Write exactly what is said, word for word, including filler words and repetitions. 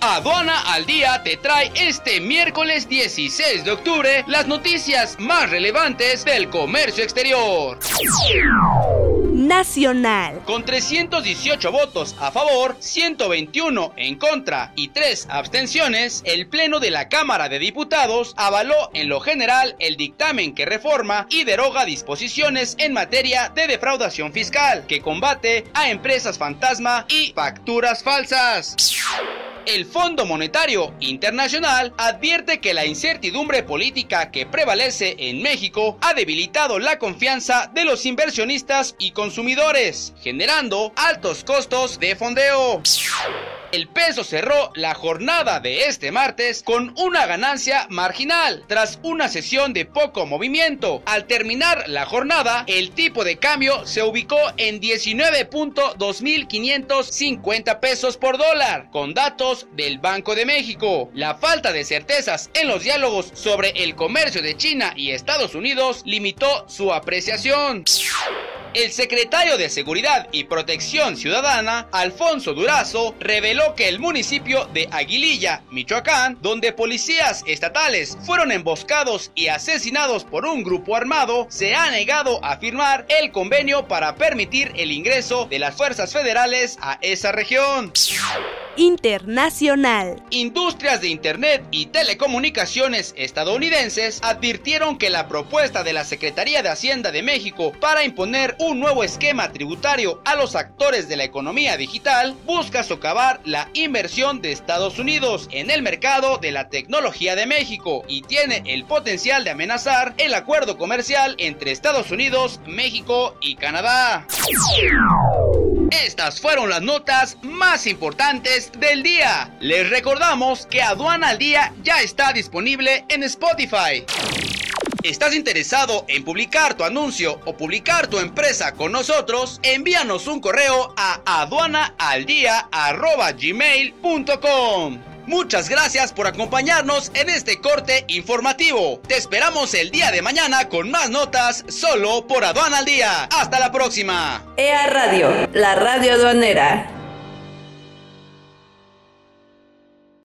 Aduana al Día te trae este miércoles dieciséis de octubre las noticias más relevantes del comercio exterior. Nacional. Con trescientos dieciocho votos a favor, ciento veintiuno en contra y tres abstenciones, el Pleno de la Cámara de Diputados avaló en lo general el dictamen que reforma y deroga disposiciones en materia de defraudación fiscal, que combate a empresas fantasma y facturas falsas. El Fondo Monetario Internacional advierte que la incertidumbre política que prevalece en México ha debilitado la confianza de los inversionistas y consumidores, generando altos costos de fondeo. El peso cerró la jornada de este martes con una ganancia marginal, tras una sesión de poco movimiento. Al terminar la jornada, el tipo de cambio se ubicó en diecinueve punto dos mil quinientos cincuenta pesos por dólar, con datos del Banco de México. La falta de certezas en los diálogos sobre el comercio de China y Estados Unidos limitó su apreciación. El secretario de Seguridad y Protección Ciudadana, Alfonso Durazo, reveló que el municipio de Aguililla, Michoacán, donde policías estatales fueron emboscados y asesinados por un grupo armado, se ha negado a firmar el convenio para permitir el ingreso de las fuerzas federales a esa región. Internacional. Industrias de Internet y telecomunicaciones estadounidenses advirtieron que la propuesta de la Secretaría de Hacienda de México para imponer un nuevo esquema tributario a los actores de la economía digital busca socavar la inversión de Estados Unidos en el mercado de la tecnología de México y tiene el potencial de amenazar el acuerdo comercial entre Estados Unidos, México y Canadá. Estas fueron las notas más importantes del día. Les recordamos que Aduana al Día ya está disponible en Spotify. ¿Estás interesado en publicar tu anuncio o publicar tu empresa con nosotros? Envíanos un correo a aduanaaldia arroba gmail punto com. Muchas gracias por acompañarnos en este corte informativo. Te esperamos el día de mañana con más notas solo por Aduana al Día. Hasta la próxima. E A Radio, la radio aduanera.